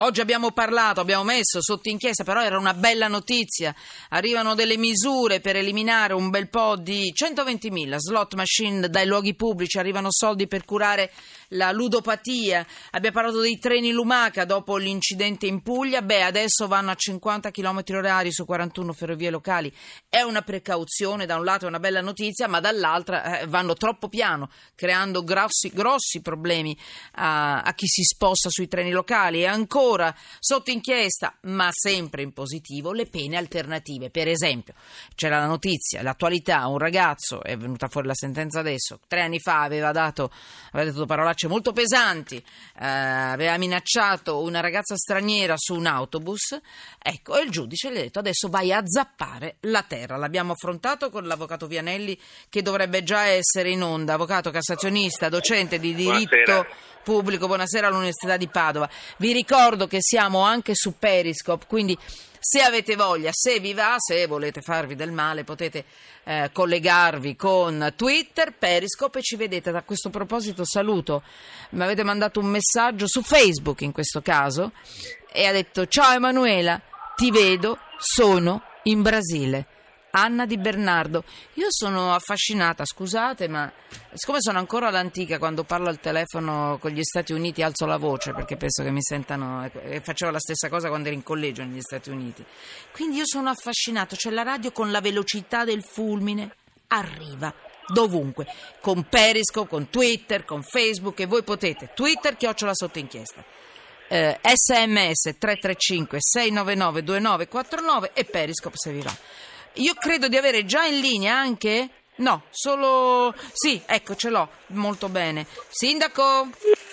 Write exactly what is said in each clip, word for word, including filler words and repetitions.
Oggi abbiamo parlato, abbiamo messo sotto inchiesta, però era una bella notizia. Arrivano delle misure per eliminare un bel po' di centoventimila slot machine dai luoghi pubblici, arrivano soldi per curare la ludopatia. Abbiamo parlato dei treni Lumaca dopo l'incidente in Puglia. Beh, adesso vanno a cinquanta chilometri orari su quarantuno ferrovie locali. È una precauzione, da un lato è una bella notizia, ma dall'altra eh, vanno troppo piano, creando grossi, grossi problemi a, a chi si sposta sui treni locali. E ancora sotto inchiesta, ma sempre in positivo, le pene alternative. Per esempio, c'era la notizia, l'attualità, un ragazzo, è venuta fuori la sentenza adesso, tre anni fa aveva dato, aveva detto parolacce molto pesanti, eh, aveva minacciato una ragazza straniera su un autobus, ecco, e il giudice gli ha detto adesso vai a zappare la terra. L'abbiamo affrontato con l'avvocato Vianelli, che dovrebbe già essere in onda, avvocato cassazionista, docente di diritto Buonasera. pubblico, buonasera all'Università di Padova. Vi ricordo che siamo anche su Periscope, quindi se avete voglia, se vi va, se volete farvi del male, potete eh, collegarvi con Twitter, Periscope e ci vedete. A questo proposito saluto, mi avete mandato un messaggio su Facebook in questo caso e ha detto: ciao Emanuela, ti vedo, sono in Brasile. Anna di Bernardo. Io sono affascinata, scusate, ma siccome sono ancora all'antica, quando parlo al telefono con gli Stati Uniti alzo la voce perché penso che mi sentano, e facevo la stessa cosa quando ero in collegio negli Stati Uniti. Quindi io sono affascinato, cioè la radio con la velocità del fulmine arriva dovunque, con Periscope, con Twitter, con Facebook, e voi potete Twitter chiocciola sotto inchiesta. Eh, sms tre tre cinque sei nove nove due nove quattro nove e Periscope se vi va. Io credo di avere già in linea anche... No, solo... Sì, ecco, ce l'ho, molto bene. Sindaco?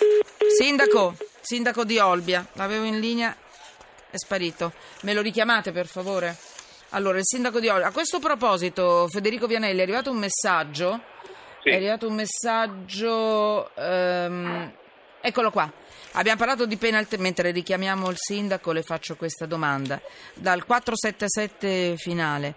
Sindaco? Sindaco di Olbia. L'avevo in linea, è sparito. Me lo richiamate, per favore? Allora, il sindaco di Olbia. A questo proposito, Federico Vianelli, è arrivato un messaggio. Sì. È arrivato un messaggio... Um... Eccolo qua. Abbiamo parlato di pena alternativa. Mentre richiamiamo il sindaco le faccio questa domanda. Dal quattro sette sette finale.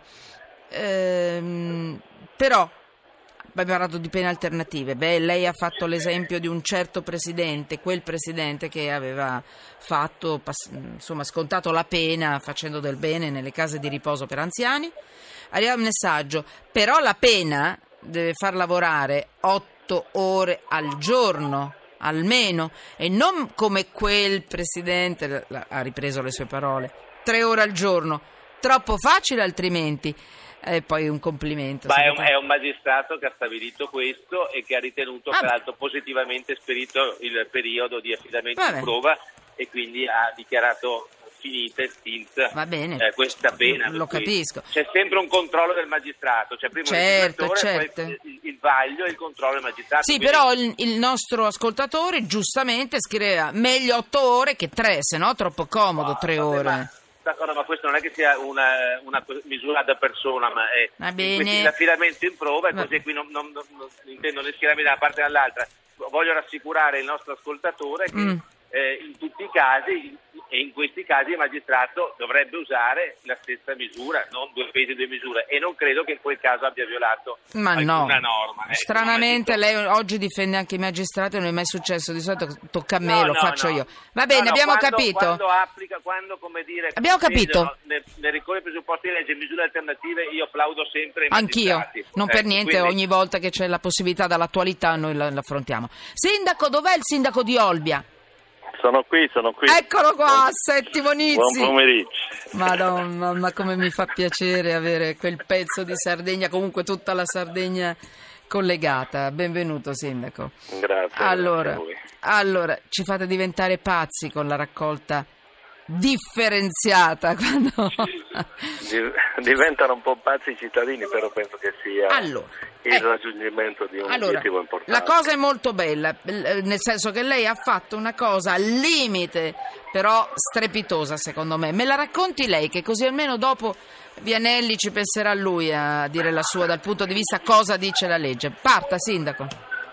Ehm, però abbiamo parlato di pene alternative. Beh, lei ha fatto l'esempio di un certo presidente, quel presidente che aveva fatto, insomma, scontato la pena facendo del bene nelle case di riposo per anziani. Arriva un messaggio. Però la pena deve far lavorare otto ore al giorno almeno, e non come quel presidente, ha ripreso le sue parole, tre ore al giorno, troppo facile altrimenti. E poi un complimento. Ma è un, è un magistrato che ha stabilito questo e che ha ritenuto ah, peraltro positivamente esperito il periodo di affidamento vabbè. in prova, e quindi ha dichiarato finita, estinta Va bene. Eh, questa pena. Lo capisco. C'è sempre un controllo del magistrato, cioè prima certo, il certo. poi il, il vaglio e il controllo del magistrato. Sì, quindi... però il, il nostro ascoltatore giustamente scriveva meglio otto ore che tre, se no troppo comodo, tre vabbè, ore. Ma... D'accordo, ma questo non è che sia una, una misura da persona, ma è l'affidamento in prova, e così qui non, non, non, non intendo né schierarmi da una parte o dall'altra. Voglio rassicurare il nostro ascoltatore che mm. eh, in tutti i casi, e in questi casi, il magistrato dovrebbe usare la stessa misura, non due pesi e due misure, e non credo che in quel caso abbia violato ma alcuna no. norma. Ecco, stranamente lei oggi difende anche i magistrati, non è mai successo, di solito tocca a me, no, lo no, faccio no. io. Va bene, no, no, abbiamo quando, capito. Quando applica, quando come dire, abbiamo capito. Nel, nel ricorrere ai presupposti di legge misure alternative, io applaudo sempre i Anch'io, magistrati. non eh, per niente, quindi... ogni volta che c'è la possibilità dall'attualità noi l'affrontiamo. Sindaco, dov'è il sindaco di Olbia? Sono qui, sono qui. Eccolo qua, Settimo Nizzi. Buon pomeriggio. Madonna, ma come mi fa piacere avere quel pezzo di Sardegna, comunque tutta la Sardegna collegata. Benvenuto, sindaco. Grazie. Allora, grazie a voi. allora, ci fate diventare pazzi con la raccolta differenziata. Quando... Diventano un po' pazzi i cittadini, però penso che sia allora, il eh, raggiungimento di un allora, obiettivo importante. La cosa è molto bella, nel senso che lei ha fatto una cosa al limite, però strepitosa secondo me. Me la racconti lei, che così almeno dopo Vianelli ci penserà lui a dire la sua dal punto di vista cosa dice la legge. Parta, sindaco.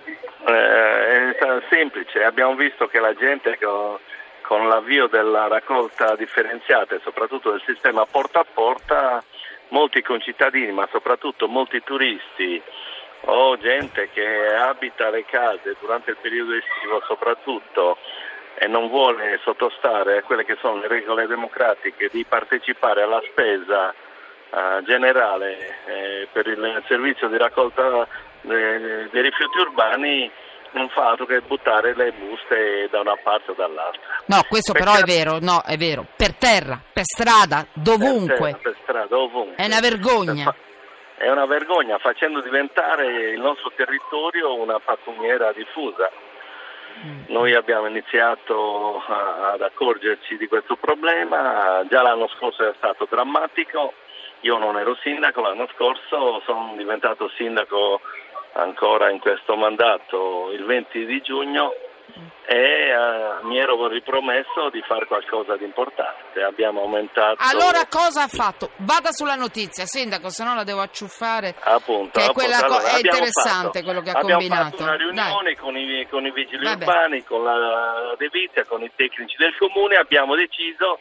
Eh, è semplice, abbiamo visto che la gente con, con l'avvio della raccolta differenziata e soprattutto del sistema porta a porta, molti concittadini, ma soprattutto molti turisti o gente che abita le case durante il periodo estivo soprattutto, e non vuole sottostare a quelle che sono le regole democratiche di partecipare alla spesa uh, generale eh, per il servizio di raccolta eh, dei rifiuti urbani, non fa altro che buttare le buste da una parte o dall'altra. No, questo Perché... però è vero, no, è vero. Per terra, per strada, dovunque. Per, terra, per strada, ovunque. È una vergogna. È una vergogna, facendo diventare il nostro territorio una pattumiera diffusa. Noi abbiamo iniziato ad accorgerci di questo problema, già l'anno scorso è stato drammatico, io non ero sindaco l'anno scorso, sono diventato sindaco ancora in questo mandato il venti di giugno e uh, mi ero ripromesso di fare qualcosa di importante. Abbiamo aumentato. Allora cosa ha fatto? Vada sulla notizia, sindaco, se no la devo acciuffare. Appunto, che è, appunto. quella Allora, co- è interessante fatto, quello che ha abbiamo combinato. Abbiamo fatto una riunione con i, con i vigili Vabbè. urbani, con la Devizia, con i tecnici del comune, abbiamo deciso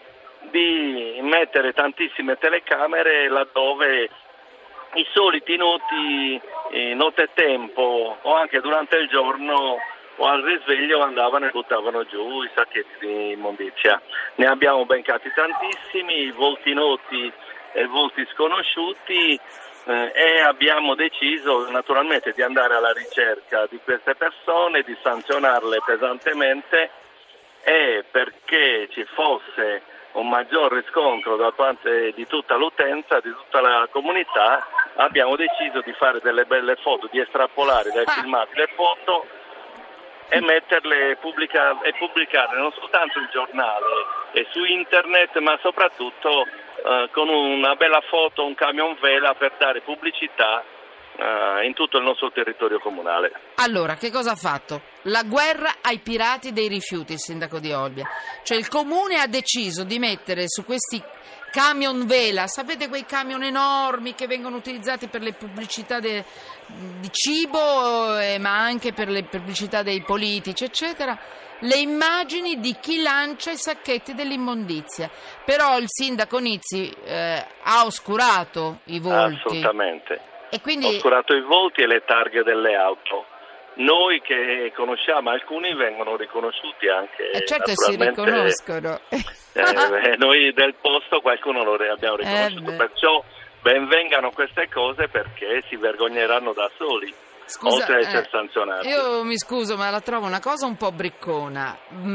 di mettere tantissime telecamere laddove i soliti noti eh, nottetempo o anche durante il giorno o al risveglio andavano e buttavano giù i sacchetti di immondizia. Ne abbiamo beccati tantissimi, volti noti e volti sconosciuti eh, e abbiamo deciso naturalmente di andare alla ricerca di queste persone, di sanzionarle pesantemente e perché ci fosse un maggior riscontro da parte di tutta l'utenza, di tutta la comunità, abbiamo deciso di fare delle belle foto, di estrapolare dai filmati le foto e metterle pubblica- e pubblicarle non soltanto in giornale e su internet, ma soprattutto eh, con una bella foto, un camion vela per dare pubblicità eh, in tutto il nostro territorio comunale. Allora, che cosa ha fatto? La guerra ai pirati dei rifiuti, il sindaco di Olbia. Cioè il comune ha deciso di mettere su questi camion vela, sapete quei camion enormi che vengono utilizzati per le pubblicità de, di cibo, eh, ma anche per le pubblicità dei politici, eccetera, le immagini di chi lancia i sacchetti dell'immondizia. Però il sindaco Nizzi eh, ha oscurato i volti. Assolutamente. E quindi... Ha oscurato i volti e le targhe delle auto. Noi che conosciamo alcuni vengono riconosciuti anche. Eh certo, si riconoscono. Eh, noi del posto qualcuno lo abbiamo riconosciuto, eh perciò ben vengano queste cose perché si vergogneranno da soli. Scusa, oltre a essere eh, sanzionati. Io mi scuso, ma la trovo una cosa un po' briccona,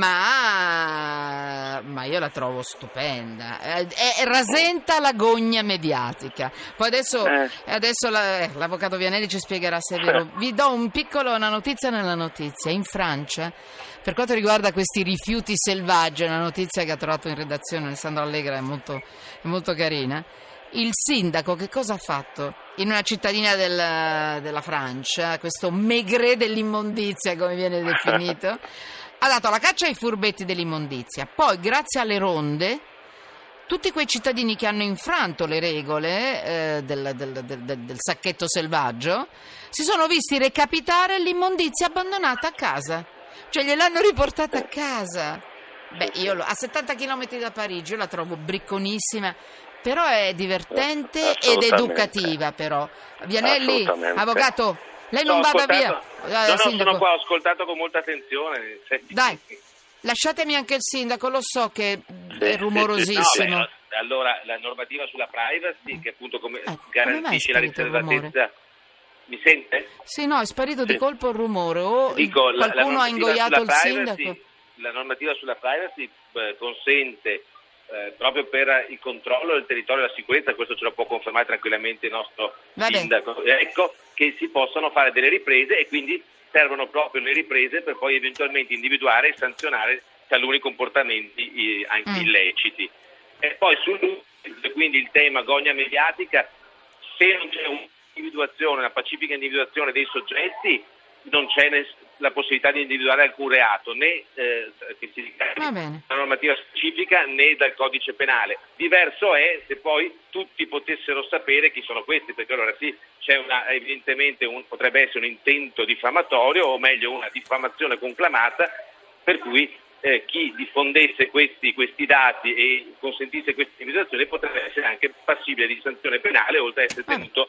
ma, ma io la trovo stupenda. È, è, rasenta la gogna mediatica. Poi adesso, eh. adesso la, eh, l'avvocato Vianelli ci spiegherà se è vero. Vi do un piccolo, una notizia nella notizia. In Francia, per quanto riguarda questi rifiuti selvaggi, una notizia che ha trovato in redazione Alessandro Allegra, è molto, è molto carina. Il sindaco che cosa ha fatto? In una cittadina del, della Francia, questo Maigret dell'immondizia, come viene definito, ha dato la caccia ai furbetti dell'immondizia. Poi, grazie alle ronde, tutti quei cittadini che hanno infranto le regole eh, del, del, del, del sacchetto selvaggio si sono visti recapitare l'immondizia abbandonata a casa. Cioè gliel'hanno riportata a casa. Beh, io a settanta chilometri da Parigi, io la trovo bricconissima. Però è divertente ed educativa, però. Vianelli, avvocato, lei non no, vada via. No, no, sono qua, ho ascoltato con molta attenzione. Dai, lasciatemi anche il sindaco, lo so che sì, è rumorosissimo. No, beh, allora, la normativa sulla privacy, che appunto come eh, garantisce la riservatezza... Mi sente? Sì, no, è sparito sì. di colpo il rumore. O Dico, qualcuno la, la ha ingoiato il privacy, sindaco? La normativa sulla privacy eh, consente... Eh, proprio per il controllo del territorio e la sicurezza, questo ce lo può confermare tranquillamente il nostro Vabbè. sindaco, ecco che si possono fare delle riprese e quindi servono proprio le riprese per poi eventualmente individuare e sanzionare taluni comportamenti eh, anche mm. illeciti. E poi sul quindi il tema gogna mediatica, se non c'è un'individuazione, una pacifica individuazione dei soggetti, non c'è ness- la possibilità di individuare alcun reato, né eh, che si ricavi una normativa specifica né dal codice penale. Diverso è se poi tutti potessero sapere chi sono questi, perché allora sì, c'è una, evidentemente un, potrebbe essere un intento diffamatorio, o meglio una diffamazione conclamata, per cui eh, chi diffondesse questi, questi dati e consentisse questa individuazione potrebbe essere anche passibile di sanzione penale, oltre a essere tenuto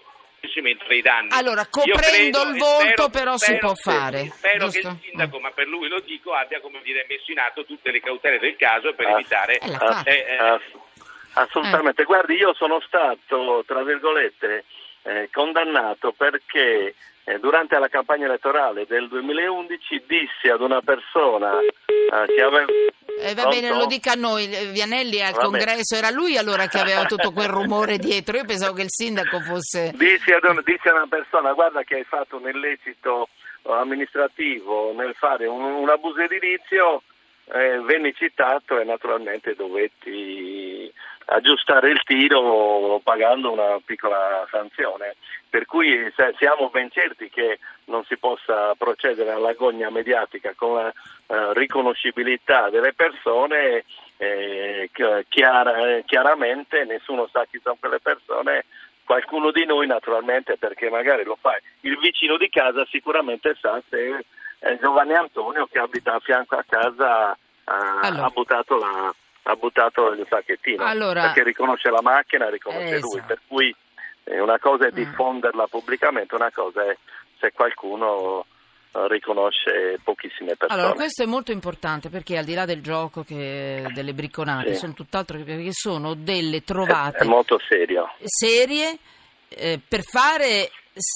risarcimento dei danni. Allora, coprendo credo, il volto spero, però spero, si può fare. Spero giusto? che il sindaco, mm. ma per lui lo dico, abbia, come dire, messo in atto tutte le cautele del caso per ah, evitare... Eh, ah, eh, eh, ah, assolutamente. Eh. Guardi, io sono stato, tra virgolette, eh, condannato perché eh, durante la campagna elettorale del duemilaundici dissi ad una persona eh, che aveva... Eh, va bene, lo dica a noi, Vianelli al va congresso, bene. Era lui allora che aveva tutto quel rumore dietro, io pensavo che il sindaco fosse... Dissi ad una, dissi a una persona, guarda che hai fatto un illecito amministrativo nel fare un, un abuso edilizio, eh, venni citato e naturalmente dovetti aggiustare il tiro pagando una piccola sanzione, per cui siamo ben certi che non si possa procedere all'agonia mediatica con la uh, riconoscibilità delle persone, eh, chiara, chiaramente nessuno sa chi sono quelle persone, qualcuno di noi naturalmente, perché magari lo fa il vicino di casa, sicuramente sa se è Giovanni Antonio che abita a fianco a casa uh, allora. ha buttato la ha buttato il sacchettino, allora, perché riconosce la macchina, riconosce esatto. lui, per cui eh, una cosa è diffonderla pubblicamente, una cosa è se qualcuno eh, riconosce pochissime persone. Allora, questo è molto importante perché al di là del gioco, che delle bricconate, sì. sono tutt'altro, perché sono delle trovate è, è molto serio. serie eh, per fare...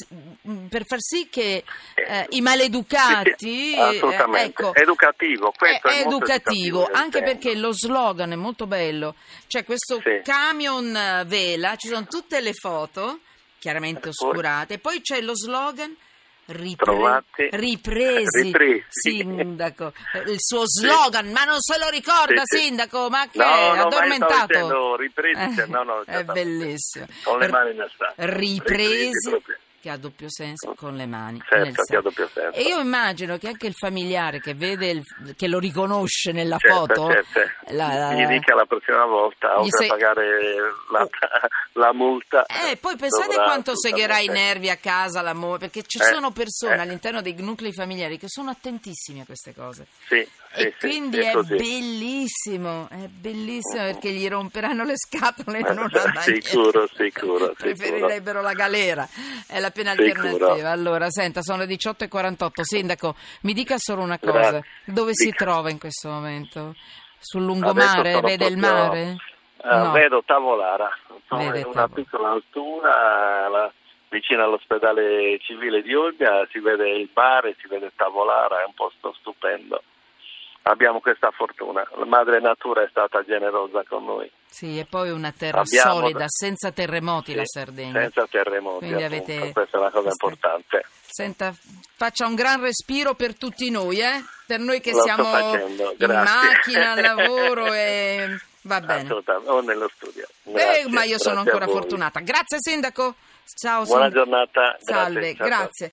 per far sì che eh, i maleducati sì, sì, assolutamente. Eh, ecco, educativo, questo è, è, è educativo, educativo anche perché lo slogan è molto bello, c'è questo sì. camion vela, ci sono tutte le foto chiaramente oscurate, e poi c'è lo slogan Ripre- ripresi, ripresi, sindaco, il suo slogan, sì. ma non se lo ricorda, sì, sindaco, ma che no, è no, addormentato? Dicendo, ripresi, eh, no, no, è bellissimo. Con le mani nel sacco. Ripresi, ripresi che ha doppio senso, con le mani certo, nel che ha doppio senso. E io immagino che anche il familiare che vede il, che lo riconosce nella certo, foto certo. La, la, gli dica la prossima volta oltre sei... a pagare la, la multa eh poi pensate quanto segherà i nervi a casa l'amore, perché ci eh, sono persone eh. all'interno dei nuclei familiari che sono attentissimi a queste cose. Sì, e sì, quindi sì, è, è bellissimo, è bellissimo perché gli romperanno le scatole in una maniera. Sicuro, sicuro. Preferirebbero la galera, è la pena alternativa. Allora, senta, sono le diciotto e quarantotto. Sindaco, mi dica solo una cosa: Grazie. dove Dica. si trova in questo momento? Sul lungomare? Vede il mare? Uh, no. Vedo Tavolara, sono in una piccola altura, la, vicino all'ospedale civile di Olbia, si vede il mare, si vede Tavolara, è un posto stupendo. Abbiamo questa fortuna, la madre natura è stata generosa con noi. Sì, e poi una terra Abbiamo, solida, senza terremoti sì, la Sardegna. Senza terremoti, quindi avete... questa è una cosa importante. Senta, faccia un gran respiro per tutti noi, eh? Per noi che Lo siamo in macchina, al lavoro e... Va bene. Assolutamente, o nello studio. Grazie, eh, ma io sono ancora fortunata. Grazie sindaco. Ciao. Buona sindaco. giornata. Salve, grazie. grazie.